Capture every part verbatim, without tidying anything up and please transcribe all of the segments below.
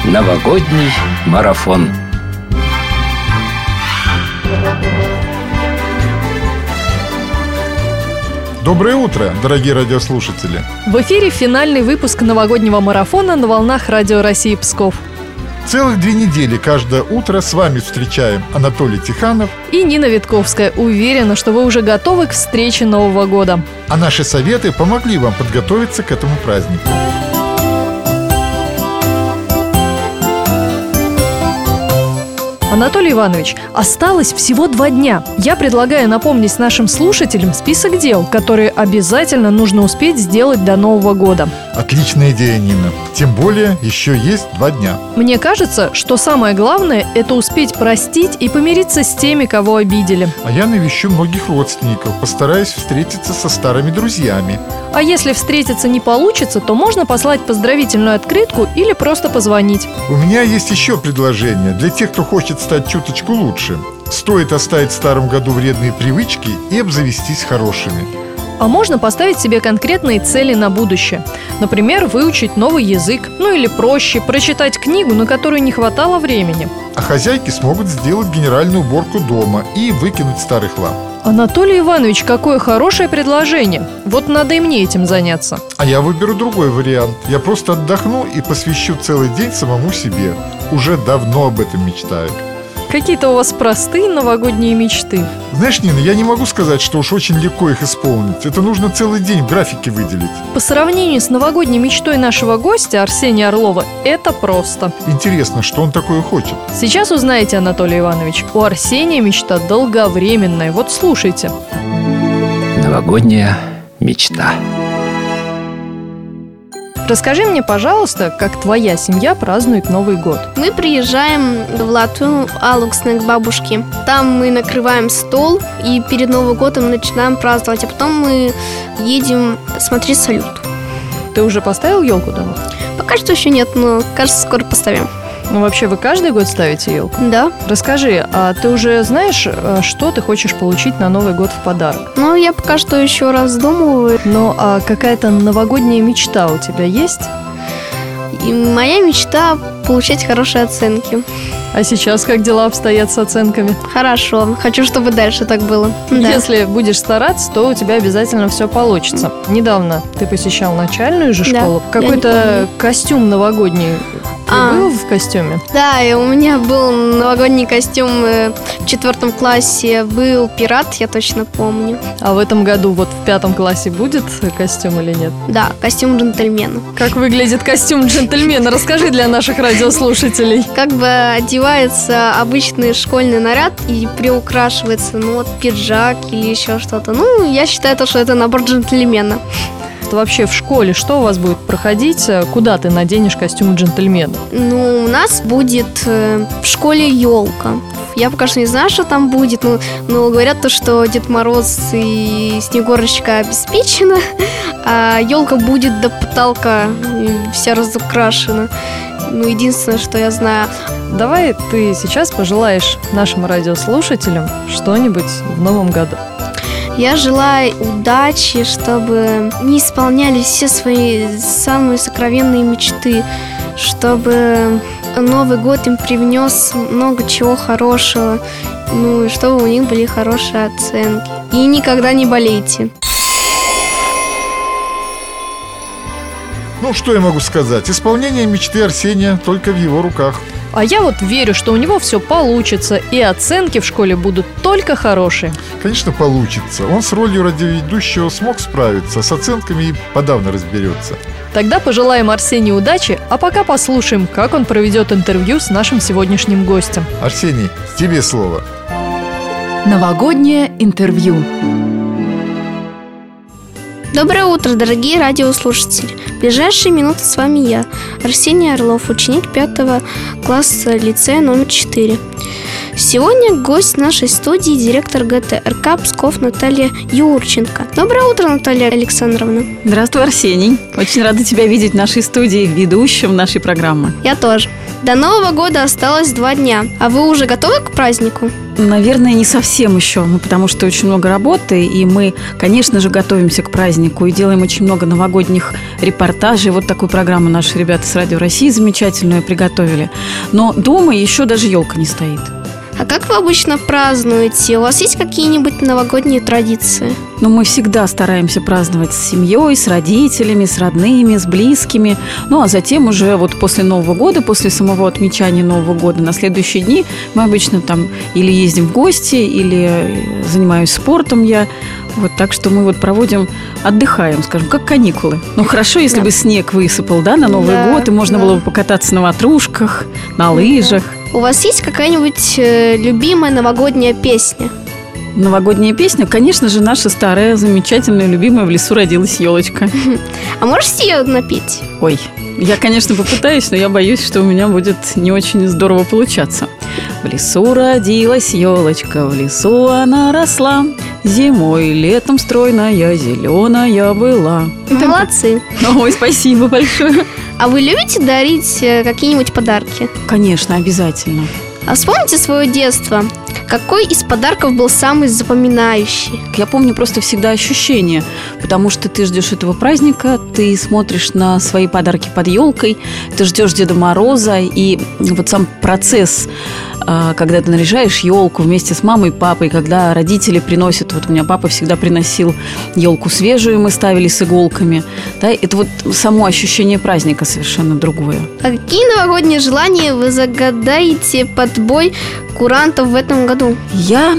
Новогодний марафон. Доброе утро, дорогие радиослушатели! В эфире финальный выпуск новогоднего марафона на волнах Радио России Псков. Целых две недели каждое утро с вами встречаем Анатолий Тиханов и Нина Витковская. Уверена, что вы уже готовы к встрече Нового года. А наши советы помогли вам подготовиться к этому празднику. Анатолий Иванович, осталось всего два дня. Я предлагаю напомнить нашим слушателям список дел, которые обязательно нужно успеть сделать до Нового года. Отличная идея, Нина. Тем более еще есть два дня. Мне кажется, что самое главное – это успеть простить и помириться с теми, кого обидели. А я навещу многих родственников, постараюсь встретиться со старыми друзьями. А если встретиться не получится, то можно послать поздравительную открытку или просто позвонить. У меня есть еще предложение для тех, кто хочет стать чуточку лучше. Стоит оставить в старом году вредные привычки и обзавестись хорошими. А можно поставить себе конкретные цели на будущее. Например, выучить новый язык, ну или проще, прочитать книгу, на которую не хватало времени. А хозяйки смогут сделать генеральную уборку дома и выкинуть старый хлам. Анатолий Иванович, какое хорошее предложение. Вот надо и мне этим заняться. А я выберу другой вариант. Я просто отдохну и посвящу целый день самому себе. Уже давно об этом мечтаю. Какие-то у вас простые новогодние мечты. Знаешь, Нина, я не могу сказать, что уж очень легко их исполнить. Это нужно целый день в графике выделить. По сравнению с новогодней мечтой нашего гостя Арсения Орлова, это просто. Интересно, что он такое хочет? Сейчас узнаете, Анатолий Иванович. У Арсения мечта долговременная. Вот слушайте. Новогодняя мечта. Расскажи мне, пожалуйста, как твоя семья празднует Новый год. Мы приезжаем в Латвию, в Алуксне, к бабушке. Там мы накрываем стол и перед Новым годом начинаем праздновать. А потом мы едем смотреть салют. Ты уже поставил елку дома? Пока что еще нет, но, кажется, скоро поставим. Ну, вообще, вы каждый год ставите елку? Да. Расскажи, а ты уже знаешь, что ты хочешь получить на Новый год в подарок? Ну, я пока что еще раздумываю. Ну, а какая-то новогодняя мечта у тебя есть? И моя мечта – получать хорошие оценки. А сейчас как дела обстоят с оценками? Хорошо. Хочу, чтобы дальше так было. Если да. будешь стараться, то у тебя обязательно все получится. Недавно ты посещал начальную же школу. Да, какой-то костюм новогодний. Ты а, был в костюме? Да, и у меня был новогодний костюм в четвертом классе. Был пират, я точно помню. А в этом году вот в пятом классе будет костюм или нет? Да, костюм джентльмена. Как выглядит костюм джентльмена? Расскажи для наших радиослушателей. Как бы одевается обычный школьный наряд и приукрашивается, ну вот пиджак или еще что-то. Ну, я считаю, то, что это набор джентльмена. Вообще в школе что у вас будет проходить? Куда ты наденешь костюм джентльмена? Ну, у нас будет э, в школе елка. Я пока что не знаю, что там будет, но, но говорят то, что Дед Мороз и Снегурочка обеспечена, а елка будет до потолка, вся разукрашена. Ну, единственное, что я знаю. Давай ты сейчас пожелаешь нашим радиослушателям что-нибудь в новом году. Я желаю удачи, чтобы не исполнялись все свои самые сокровенные мечты, чтобы Новый год им привнес много чего хорошего, ну и чтобы у них были хорошие оценки. И никогда не болейте. Ну, что я могу сказать? Исполнение мечты Арсения только в его руках. А я вот верю, что у него все получится, и оценки в школе будут только хорошие. Конечно, получится. Он с ролью радиоведущего смог справиться, с оценками и подавно разберется. Тогда пожелаем Арсению удачи, а пока послушаем, как он проведет интервью с нашим сегодняшним гостем. Арсений, тебе слово. Новогоднее интервью. Доброе утро, дорогие радиослушатели. В ближайшие минуты с вами я, Арсений Орлов, ученик пятого класса лицея номер четыре. Сегодня гость нашей студии директор ГТРК Псков Наталья Юрченко. Доброе утро, Наталья Александровна. Здравствуй, Арсений. Очень рада тебя видеть в нашей студии, ведущим нашей программы. Я тоже. До Нового года осталось два дня. А вы уже готовы к празднику? Наверное, не совсем еще, ну, потому что очень много работы, и мы, конечно же, готовимся к празднику и делаем очень много новогодних репортажей. Вот такую программу наши ребята с Радио России замечательную приготовили. Но дома еще даже елка не стоит. А как вы обычно празднуете? У вас есть какие-нибудь новогодние традиции? Но мы всегда стараемся праздновать с семьей, с родителями, с родными, с близкими. Ну, а затем уже вот после Нового года, после самого отмечания Нового года, на следующие дни мы обычно там или ездим в гости, или занимаюсь спортом я. Вот, так что мы вот проводим, отдыхаем, скажем, как каникулы. Ну, хорошо, если да. бы снег высыпал, да, на Новый да, год, и можно да. было бы покататься на ватрушках, на лыжах. У вас есть какая-нибудь э, любимая новогодняя песня? Новогодняя песня, конечно же, наша старая, замечательная, любимая «В лесу родилась елочка». А можете ее напеть? Ой, я, конечно, попытаюсь, но я боюсь, что у меня будет не очень здорово получаться. В лесу родилась елочка, в лесу она росла, зимой, летом стройная, зеленая была. Молодцы. Ой, спасибо большое. А вы любите дарить какие-нибудь подарки? Конечно, обязательно. А вспомните свое детство. Какой из подарков был самый запоминающий? Я помню просто всегда ощущение, потому что ты ждешь этого праздника, ты смотришь на свои подарки под елкой, ты ждешь Деда Мороза, и вот сам процесс, когда ты наряжаешь елку вместе с мамой и папой, когда родители приносят, вот у меня папа всегда приносил елку свежую, мы ставили с иголками, да, это вот само ощущение праздника совершенно другое. А какие новогодние желания вы загадаете под бой курантов в этом году? Я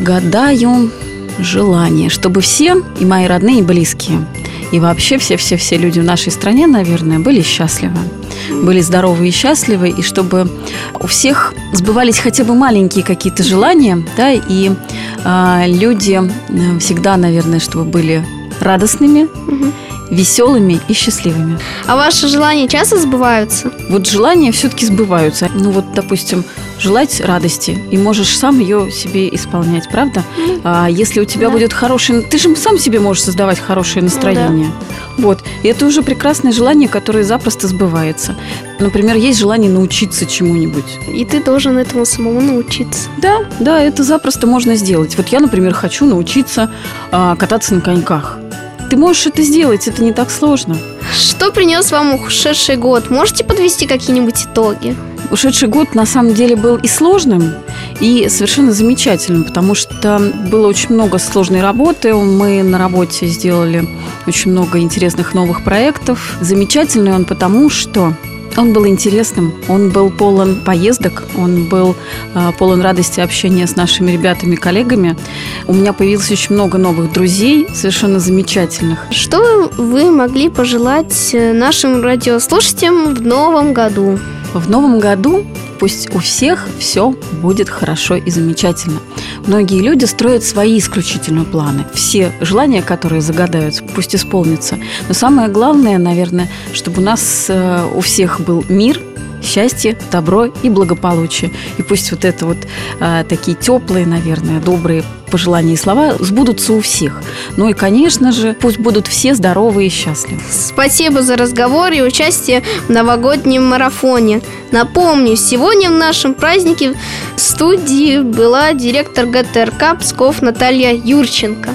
загадаю желание, чтобы все, и мои родные, и близкие, и вообще все-все-все люди в нашей стране, наверное, были счастливы. Были здоровы и счастливы, и чтобы у всех сбывались хотя бы маленькие какие-то желания, да, и э, люди всегда, наверное, чтобы были радостными, угу. веселыми и счастливыми. А ваши желания часто сбываются? Вот желания все-таки сбываются. Ну вот, допустим, желать радости, и можешь сам ее себе исполнять, правда? Mm. А если у тебя да. будет хорошее... Ты же сам себе можешь создавать хорошее настроение. Mm, да. Вот. И это уже прекрасное желание, которое запросто сбывается. Например, есть желание научиться чему-нибудь. И ты должен этому самому научиться. Да, да, это запросто можно сделать. Вот я, например, хочу научиться а, кататься на коньках. Ты можешь это сделать, это не так сложно. Что принес вам ушедший год? Можете подвести какие-нибудь итоги? Ушедший год на самом деле был и сложным, и совершенно замечательным, потому что было очень много сложной работы. Мы на работе сделали очень много интересных новых проектов. Замечательный он потому, что он был интересным, он был полон поездок, он был э, полон радости общения с нашими ребятами, коллегами. У меня появилось очень много новых друзей, совершенно замечательных. Что вы могли пожелать нашим радиослушателям в новом году? В новом году пусть у всех все будет хорошо и замечательно. Многие люди строят свои исключительные планы. Все желания, которые загадаются, пусть исполнятся. Но самое главное, наверное, чтобы у нас у всех был мир, счастье, добро и благополучие. И пусть вот это вот а, такие теплые, наверное, добрые пожелания и слова сбудутся у всех. Ну и, конечно же, пусть будут все здоровы и счастливы. Спасибо за разговор и участие в новогоднем марафоне. Напомню, сегодня в нашем празднике в студии была директор ГТРК Псков Наталья Юрченко.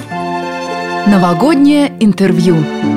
Новогоднее интервью.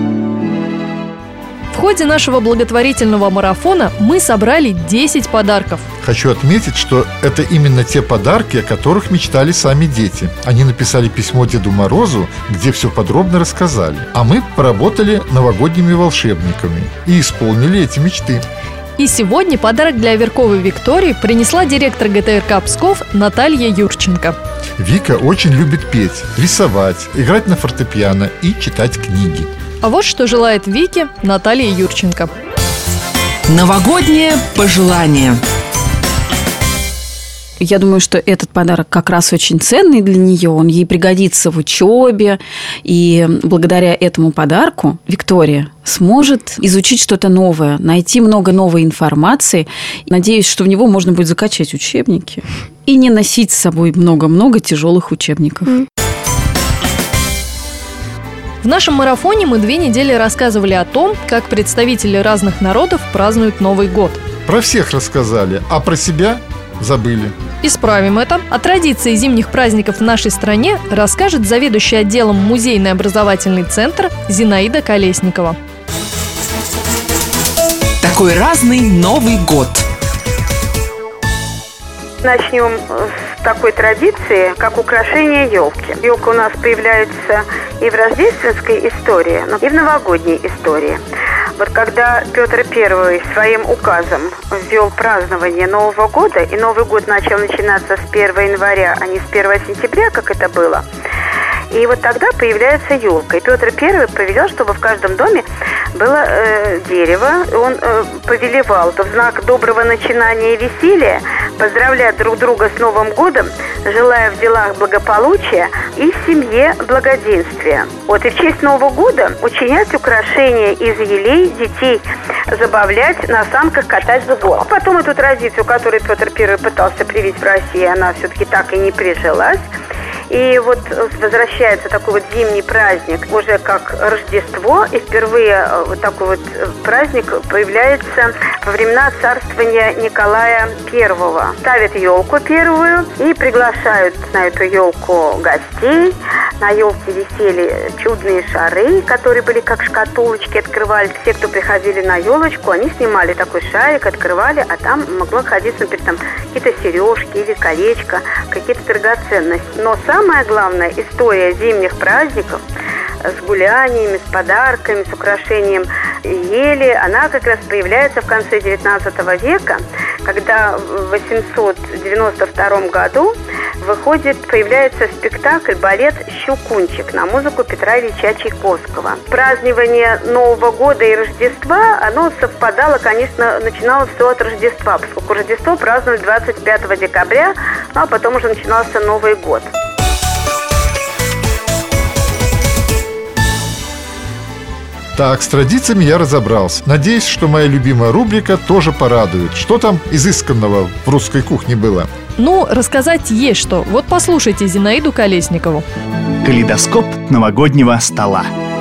В ходе нашего благотворительного марафона мы собрали десять подарков. Хочу отметить, что это именно те подарки, о которых мечтали сами дети. Они написали письмо Деду Морозу, где все подробно рассказали. А мы поработали новогодними волшебниками и исполнили эти мечты. И сегодня подарок для Аверковой Виктории принесла директор ГТРК Псков Наталья Юрченко. Вика очень любит петь, рисовать, играть на фортепиано и читать книги. А вот что желает Вике Наталья Юрченко. Новогоднее пожелание. Я думаю, что этот подарок как раз очень ценный для нее, он ей пригодится в учебе, и благодаря этому подарку Виктория сможет изучить что-то новое, найти много новой информации. Надеюсь, что в него можно будет закачать учебники и не носить с собой много-много тяжелых учебников. В нашем марафоне мы две недели рассказывали о том, как представители разных народов празднуют Новый год. Про всех рассказали, а про себя забыли. Исправим это. О традиции зимних праздников в нашей стране расскажет заведующий отделом музейный образовательный центр Зинаида Колесникова. Такой разный Новый год. Начнем с такой традиции, как украшение елки. Елка у нас появляется и в рождественской истории, и в новогодней истории. Вот когда Петр Первый своим указом ввел празднование Нового года, и Новый год начал начинаться с первого января, а не с первого сентября, как это было, и вот тогда появляется елка. И Петр Первый повелел, чтобы в каждом доме было э, дерево. Он э, повелевал в знак доброго начинания и веселья поздравлять друг друга с Новым годом, желая в делах благополучия и в семье благоденствия. Вот и в честь Нового года учинять украшения из елей, детей забавлять, на санках катать в гору. Потом эту традицию, которую Петр Первый пытался привить в России, она все-таки так и не прижилась. И вот возвращается такой вот зимний праздник, уже как Рождество, и впервые вот такой вот праздник появляется во времена царствования Николая Первого. Ставят елку первую и приглашают на эту елку гостей. На елке висели чудные шары, которые были как шкатулочки, открывали. Все, кто приходили на елочку, они снимали такой шарик, открывали, а там могло находиться, например, там какие-то сережки или колечко, какие-то драгоценности. Но самая главная история зимних праздников с гуляниями, с подарками, с украшением ели, она как раз появляется в конце девятнадцатого века, когда в восемьсот девяносто втором году выходит, появляется спектакль, балет «Щелкунчик» на музыку Петра Ильича Чайковского. Празднование Нового года и Рождества, оно совпадало, конечно, начиналось все от Рождества, поскольку Рождество празднуют двадцать пятого декабря, а потом уже начинался Новый год. Так, с традициями я разобрался. Надеюсь, что моя любимая рубрика тоже порадует. Что там изысканного в русской кухне было? Ну, рассказать есть что. Вот послушайте Зинаиду Колесникову. Калейдоскоп новогоднего стола.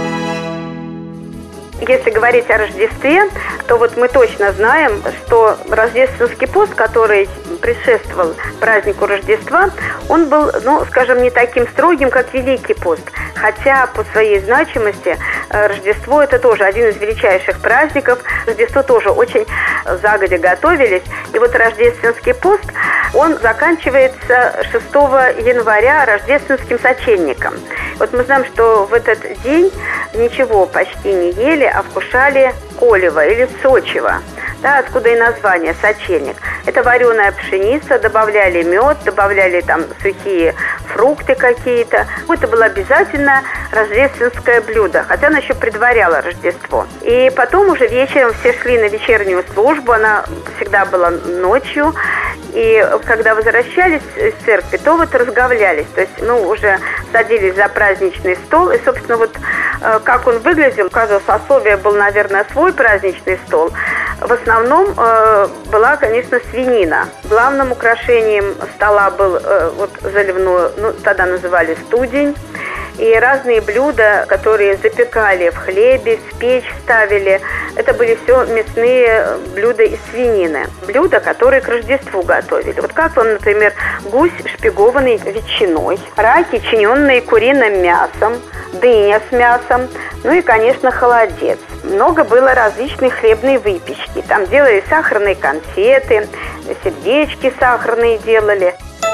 Если говорить о Рождестве, то вот мы точно знаем, что рождественский пост, который предшествовал празднику Рождества, он был, ну, скажем, не таким строгим, как Великий пост. Хотя по своей значимости Рождество – это тоже один из величайших праздников. Рождество тоже очень загодя готовились. И вот рождественский пост, он заканчивается шестого января рождественским сочельником. Вот мы знаем, что в этот день ничего почти не ели, а вкушали колево или сочево. Да, откуда и название «сочельник». Это вареная пшеница, добавляли мед, добавляли там сухие фрукты какие-то. Это было обязательно рождественское блюдо, хотя оно еще предваряло Рождество. И потом уже вечером все шли на вечернюю службу, она всегда была ночью. И когда возвращались из церкви, то вот разговлялись, то есть, ну, уже садились за праздничный стол. И, собственно, вот э, как он выглядел, у каждого сословия был, наверное, свой праздничный стол. В основном э, была, конечно, свинина. Главным украшением стола был э, вот заливной, ну, тогда называли студень. И разные блюда, которые запекали в хлебе, в печь ставили. Это были все мясные блюда из свинины. Блюда, которые к Рождеству готовили. Вот как вам, например, гусь, шпигованный ветчиной, раки, чиненные куриным мясом, дыня с мясом, ну и, конечно, холодец. Много было различной хлебной выпечки. Там делали сахарные конфеты, сердечки сахарные делали.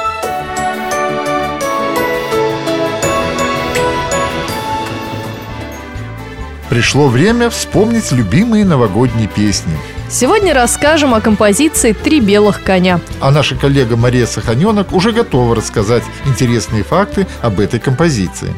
Пришло время вспомнить любимые новогодние песни. Сегодня расскажем о композиции «Три белых коня». А наша коллега Мария Саханенок уже готова рассказать интересные факты об этой композиции.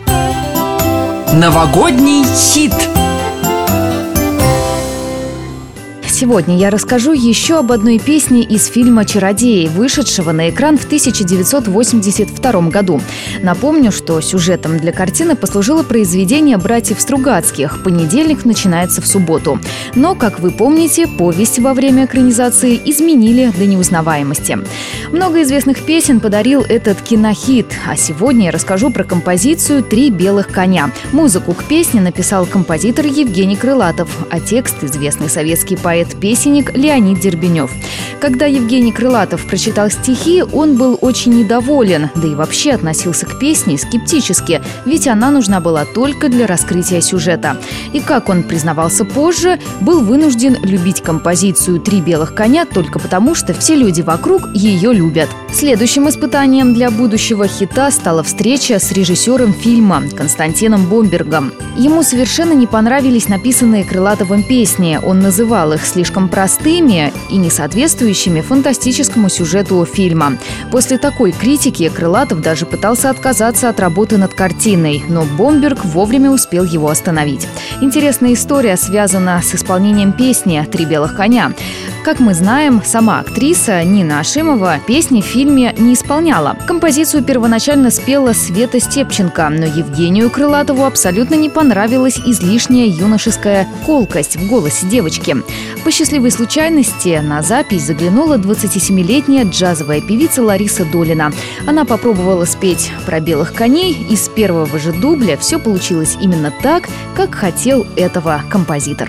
Новогодний хит. сегодня я расскажу еще об одной песне из фильма «Чародеи», вышедшего на экран в тысяча девятьсот восемьдесят втором году. Напомню, что сюжетом для картины послужило произведение братьев Стругацких «Понедельник начинается в субботу». Но, как вы помните, повесть во время экранизации изменили до неузнаваемости. Много известных песен подарил этот кинохит, а сегодня я расскажу про композицию «Три белых коня». Музыку к песне написал композитор Евгений Крылатов, а текст – известный советский поэт-песенник Леонид Дербенев. Когда Евгений Крылатов прочитал стихи, он был очень недоволен, да и вообще относился к песне скептически, ведь она нужна была только для раскрытия сюжета. И, как он признавался позже, был вынужден любить композицию «Три белых коня» только потому, что все люди вокруг ее любят. Следующим испытанием для будущего хита стала встреча с режиссером фильма Константином Бомбергом. Ему совершенно не понравились написанные Крылатовым песни. Он называл их слишком простыми и не соответствующими фантастическому сюжету фильма. После такой критики Крылатов даже пытался отказаться от работы над картиной, но Бомберг вовремя успел его остановить. Интересная история связана с исполнением песни «Три белых коня». Как мы знаем, сама актриса Нина Ашимова песни в фильме не исполняла. Композицию первоначально спела Света Степченко, но Евгению Крылатову абсолютно не понравилась излишняя юношеская колкость в голосе девочки. По счастливой случайности на запись заглянула двадцатисемилетняя джазовая певица Лариса Долина. Она попробовала спеть про белых коней, и с первого же дубля все получилось именно так, как хотел этого композитор.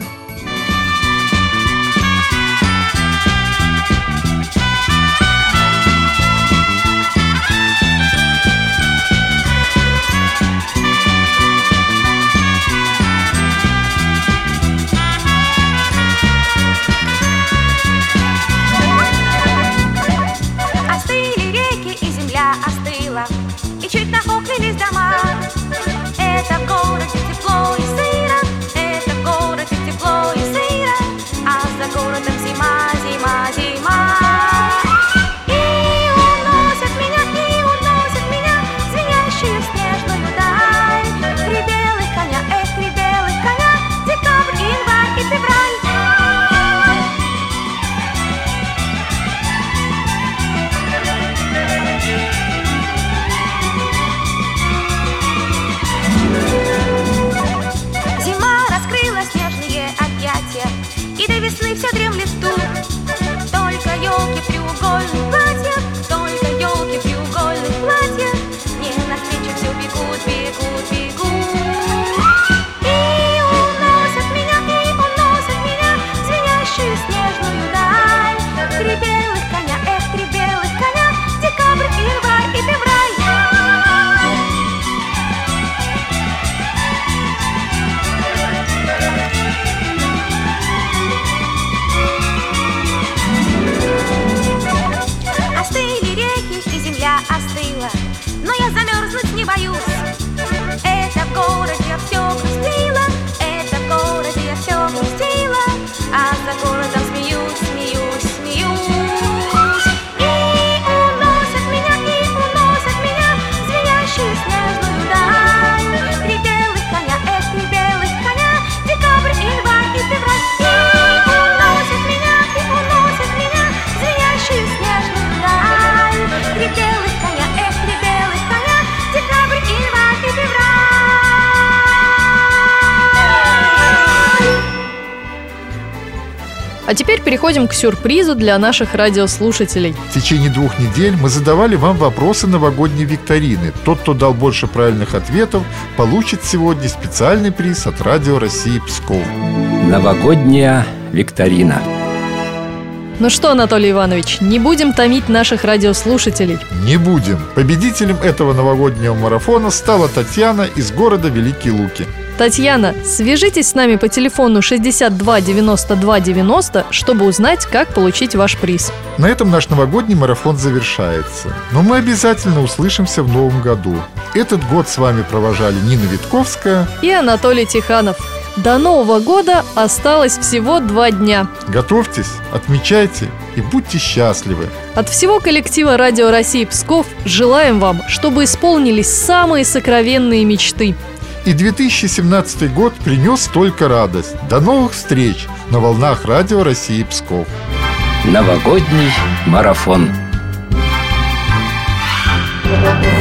И чуть нахохлились дома. Это в городе тепло и сыро, это в городе тепло и сыро, а за городом зима, зима, зима. И уносят меня, и уносят меня звенящую снежную даль. Три белых коня, эх, три белых коня, декабрь, январь и февраль. И до весны все дремлет тут. Только елки в треугольных платьях, только елки в треугольных платьях мне навстречу все бегут, бегут, бегут. И уносят меня, и уносят меня звенящую снежную даль. Три белых коня, эх, три белых коня, декабрь, январь и февраль. Остыла, но я замерзнуть не боюсь. Это в городе я все грустила, это в городе я все грустила, а за городом смеюсь, смеюсь, смеюсь. И уносят меня, и уносят меня звенящую снежную даль. Три белых коня, эх, три белых коня, декабрь, январь и февраль. И уносят меня, и уносят меня звенящую снежную даль. Три белых коня, эх, три белых коня, декабрь, январь и февраль. А теперь переходим к сюрпризу для наших радиослушателей. В течение двух недель мы задавали вам вопросы новогодней викторины. Тот, кто дал больше правильных ответов, получит сегодня специальный приз от Радио России Псков. Новогодняя викторина. Ну что, Анатолий Иванович, не будем томить наших радиослушателей? Не будем. Победителем этого новогоднего марафона стала Татьяна из города Великие Луки. Татьяна, свяжитесь с нами по телефону шестьдесят два девяносто два девяносто, чтобы узнать, как получить ваш приз. На этом наш новогодний марафон завершается. Но мы обязательно услышимся в новом году. Этот год с вами провожали Нина Витковская и Анатолий Тиханов. До Нового года осталось всего два дня. Готовьтесь, отмечайте и будьте счастливы. От всего коллектива Радио России Псков желаем вам, чтобы исполнились самые сокровенные мечты. И две тысячи семнадцатый год принес только радость. До новых встреч на волнах Радио России Псков. Новогодний марафон.